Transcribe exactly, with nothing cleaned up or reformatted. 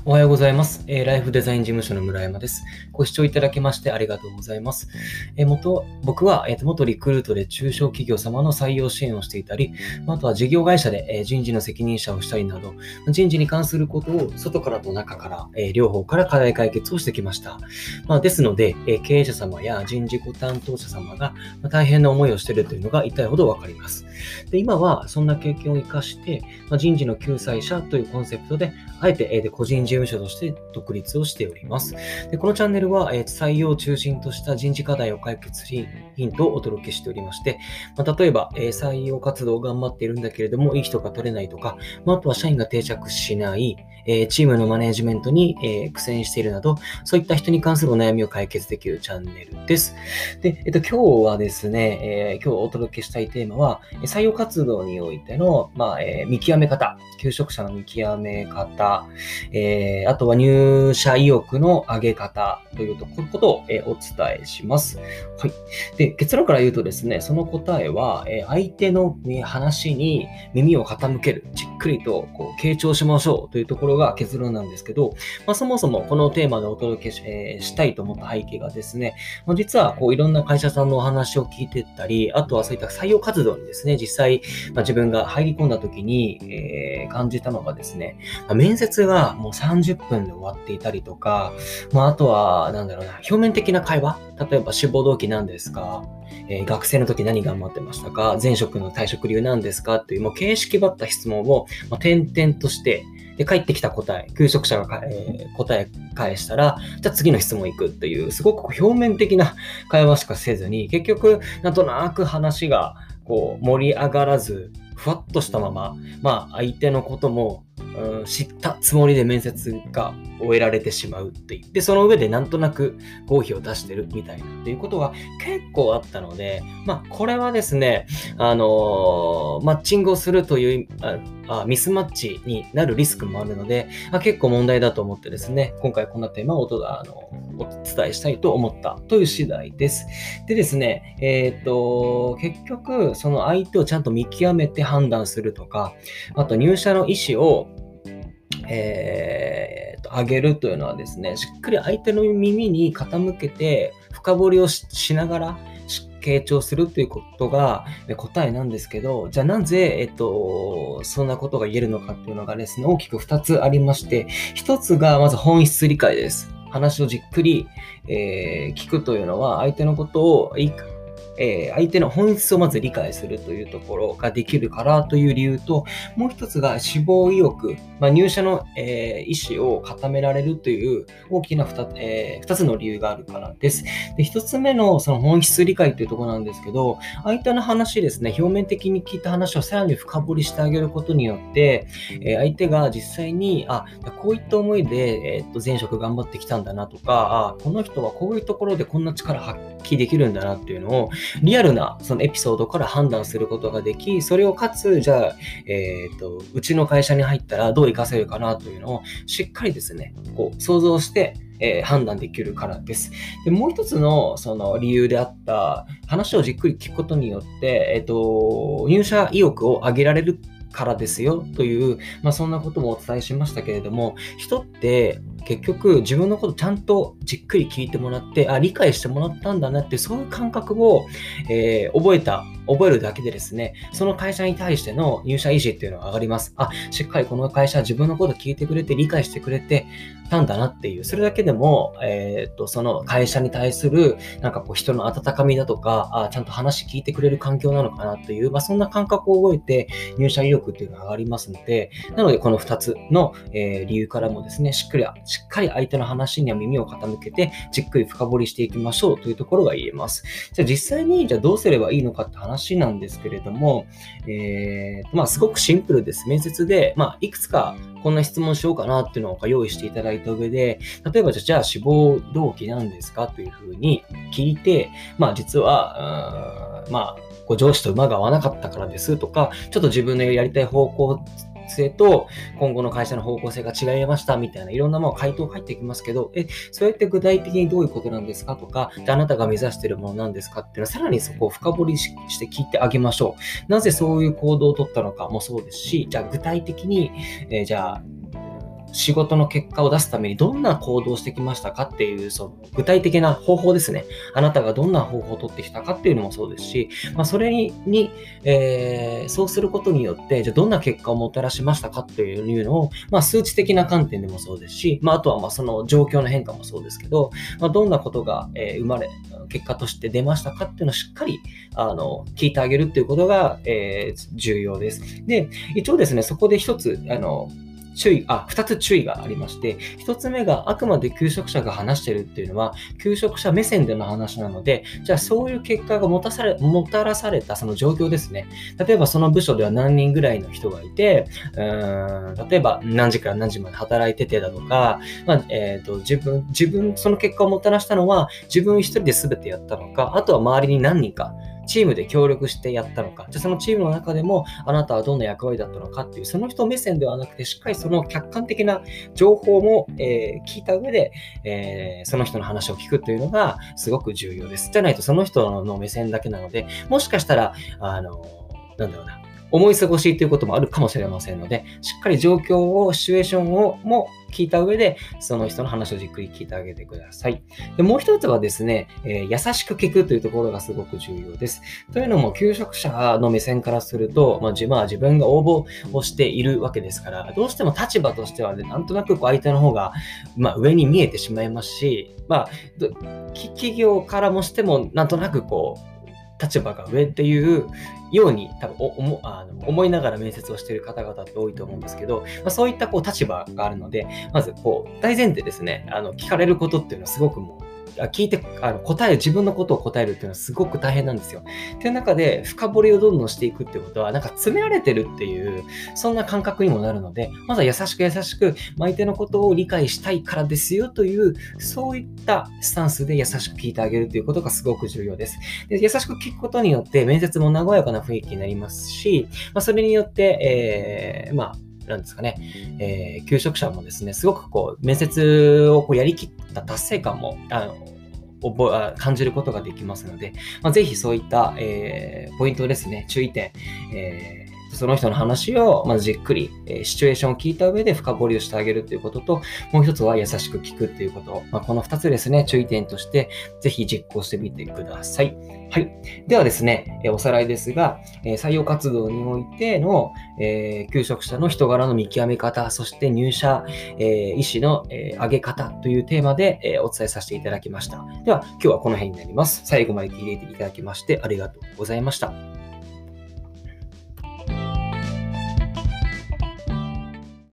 おはようございます、えーライフデザイン事務所の村山です。ご視聴いただきましてありがとうございます。えー元僕は、えーと元リクルートで中小企業様の採用支援をしていたり、まああとは事業会社で、えー人事の責任者をしたりなど、人事に関することを外からと中から、えー両方から課題解決をしてきました。まあ、ですので、えー経営者様や人事ご担当者様が、まあ大変な思いをしているというのが痛いほどわかります。で今はそんな経験を生かして、まあ、人事の救済者というコンセプトで、あえて、えーで個人事務所として独立をしております。でこのチャンネルは、えー採用を中心とした人事課題を解決するヒントをお届けしておりまして、まあ、例えば、えー採用活動を頑張っているんだけれども、いい人が取れないとか、まあ、あとは社員が定着しない、えーチームのマネジメントに、えー苦戦しているなど、そういった人に関するお悩みを解決できるチャンネルです。で、えっと、今日はですね、えー今日お届けしたいテーマは、採用活動においての、まあえー見極め方、求職者の見極め方、えーあとは入社意欲の上げ方というとこことを、えーお伝えします。はい。で、結論から言うとですね、その答えは、えー相手のえー話に耳を傾ける、じっくりとこう傾聴しましょうというところが結論なんですけど、まあ、そもそもこのテーマでお届けし,、えーしたいと思った背景がですね、まあ、実はこういろんな会社さんのお話を聞いてったり、あとはそういった採用活動にですね、実際、まあ、自分が入り込んだ時に、えー感じたのがですね、まあ、面接がもうさんじゅっぷんで終わっていたりとか、まあ、あとは、なんだろうな、表面的な会話、例えば志望動機何ですか、えー学生の時何頑張ってましたか、前職の退職理由何ですかっていう、もう形式ばった質問を、まあ、点々として、で、返ってきた答え、求職者がか、えー答え返したら、じゃあ次の質問行くっていう、すごくこう表面的な会話しかせずに、結局、なんとなく話がこう盛り上がらず、ふわっとしたまま、まあ相手のことも、うん、知ったつもりで面接が終えられてしまうっていう。で、その上でなんとなく合否を出してるみたいなっていうことが結構あったので、まあこれはですね、あのーマッチングをするというああミスマッチになるリスクもあるので、あ結構問題だと思ってですね、今回こんなテーマをおあのお伝えしたいと思ったという次第です。でですね、えっと、結局、その相手をちゃんと見極めて判断するとか、あと入社の意思をえーと、上げるというのはですね、しっかり相手の耳に傾けて深掘りを し, しながら傾聴するということが答えなんですけど、じゃあなぜ、えっと、そんなことが言えるのかっていうのがですね、大きくふたつありまして、ひとつがまず本質理解です。話をじっくり、えー聞くというのは相手のことをいいえー相手の本質をまず理解するというところができるからという理由と、もう一つが志望意欲、まあ、入社の、えー意思を固められるという大きな 2, えー、2つの理由があるからです。で、ひとつめのその本質理解というところなんですけど、相手の話ですね、表面的に聞いた話をさらに深掘りしてあげることによって、えー相手が実際に、あ、こういった思いで、えーっと前職頑張ってきたんだなとか、あ、この人はこういうところでこんな力発揮できるんだなっていうのを、リアルなそのエピソードから判断することができ、それをかつ、じゃあ、えっと、うちの会社に入ったらどう活かせるかなというのをしっかりですね、こう想像して、えー判断できるからです。で、もう一つのその理由であった話をじっくり聞くことによって、えっと、入社意欲を上げられるからですよという、まあ、そんなこともお伝えしましたけれども、人って結局自分のことちゃんとじっくり聞いてもらって、あ、理解してもらったんだなって、そういう感覚を、えー覚えた、覚えるだけでですね、その会社に対しての入社意思っていうのが上がります。あ、しっかりこの会社は自分のこと聞いてくれて、理解してくれてたんだなっていう、それだけでも、えーっと、その会社に対する、なんかこう人の温かみだとか、あ、ちゃんと話聞いてくれる環境なのかなという、まあ、そんな感覚を覚えて、入社意欲っていうのが上がりますので、なのでこのふたつの、えー理由からもですね、しっかり、しっかり相手の話には耳を傾けて、じっくり深掘りしていきましょうというところが言えます。じゃあ実際に、じゃあどうすればいいのかって話なんですけれども、えーまあすごくシンプルです。面接で、まあいくつかこんな質問しようかなっていうのを用意していただいた上で、例えばじゃあ志望動機なんですかというふうに聞いて、まあ実は、うーんまあ、こう上司と馬が合わなかったからですとか、ちょっと自分のやりたい方向性と今後の会社の方向性が違いましたみたいないろんなもの回答入ってきますけど、え、それって具体的にどういうことなんですかとか、じゃああなたが目指しているものなんですかっていうのはさらにそこを深掘りして聞いてあげましょう。なぜそういう行動を取ったのかもそうですし、じゃあ具体的に、えーじゃあ仕事の結果を出すためにどんな行動をしてきましたかっていう、その具体的な方法ですね。あなたがどんな方法を取ってきたかっていうのもそうですし、まあ、それに、にえー、そうすることによって、じゃあどんな結果をもたらしましたかっていうのを、まあ、数値的な観点でもそうですし、まあ、あとはまあその状況の変化もそうですけど、まあ、どんなことが、えー生まれ、結果として出ましたかっていうのをしっかりあの聞いてあげるっていうことが、えー重要です。で、一応ですね、そこで一つ、あの、注意、あ、二つ注意がありまして、一つ目があくまで求職者が話してるっていうのは、求職者目線での話なので、じゃあそういう結果がもたされ、もたらされたその状況ですね。例えばその部署では何人ぐらいの人がいて、うーん例えば何時から何時まで働いててだとか、まあ、えっと、自分、自分、その結果をもたらしたのは、自分一人で全てやったのか、あとは周りに何人か、チームで協力してやったのか、じゃあそのチームの中でもあなたはどんな役割だったのかっていう、その人目線ではなくて、しっかりその客観的な情報も、えー聞いた上で、えーその人の話を聞くというのがすごく重要です。じゃないとその人の目線だけなので、もしかしたら、あの、なんだろうな、思い過ごしということもあるかもしれませんので、しっかり状況を、シチュエーションをも聞いた上で、その人の話をじっくり聞いてあげてください。で、もう一つはですね、えー優しく聞くというところがすごく重要です。というのも、求職者の目線からすると、まあ、自まあ自分が応募をしているわけですから、どうしても立場としてはね、なんとなくこう相手の方が、まあ、上に見えてしまいますし、まあ、どき企業からもしても、なんとなくこう、立場が上っていうように多分お思あの思いながら面接をしている方々って多いと思うんですけど、まあ、そういったこう立場があるので、まずこう大前提ですね、あの聞かれることっていうのはすごくもうあ聞いてあの答える、自分のことを答えるっていうのはすごく大変なんですよ。っていう中で深掘りをどんどんしていくってことは、なんか詰められてるっていう、そんな感覚にもなるので、まずは優しく優しく、相手のことを理解したいからですよという、そういったスタンスで優しく聞いてあげるということがすごく重要です。で優しく聞くことによって、面接も和やかな雰囲気になりますし、まあ、それによって、えー、まあ、なんですかね、えー、求職者もですね、すごくこう、面接をこうやりきった達成感も、あの、覚えあ感じることができますので、まあ、ぜひそういった、えーポイントですね、注意点、えーその人の話をまずじっくり、えーシチュエーションを聞いた上で深掘りをしてあげるということと、もう一つは優しく聞くということ、まあ、この二つですね、注意点として、ぜひ実行してみてください。はい。ではですね、えーおさらいですが、えー採用活動においての、えー求職者の人柄の見極め方、そして入社、えー意思の、えー上げ方というテーマで、えーお伝えさせていただきました。では、今日はこの辺になります。最後まで聞いていただきましてありがとうございました。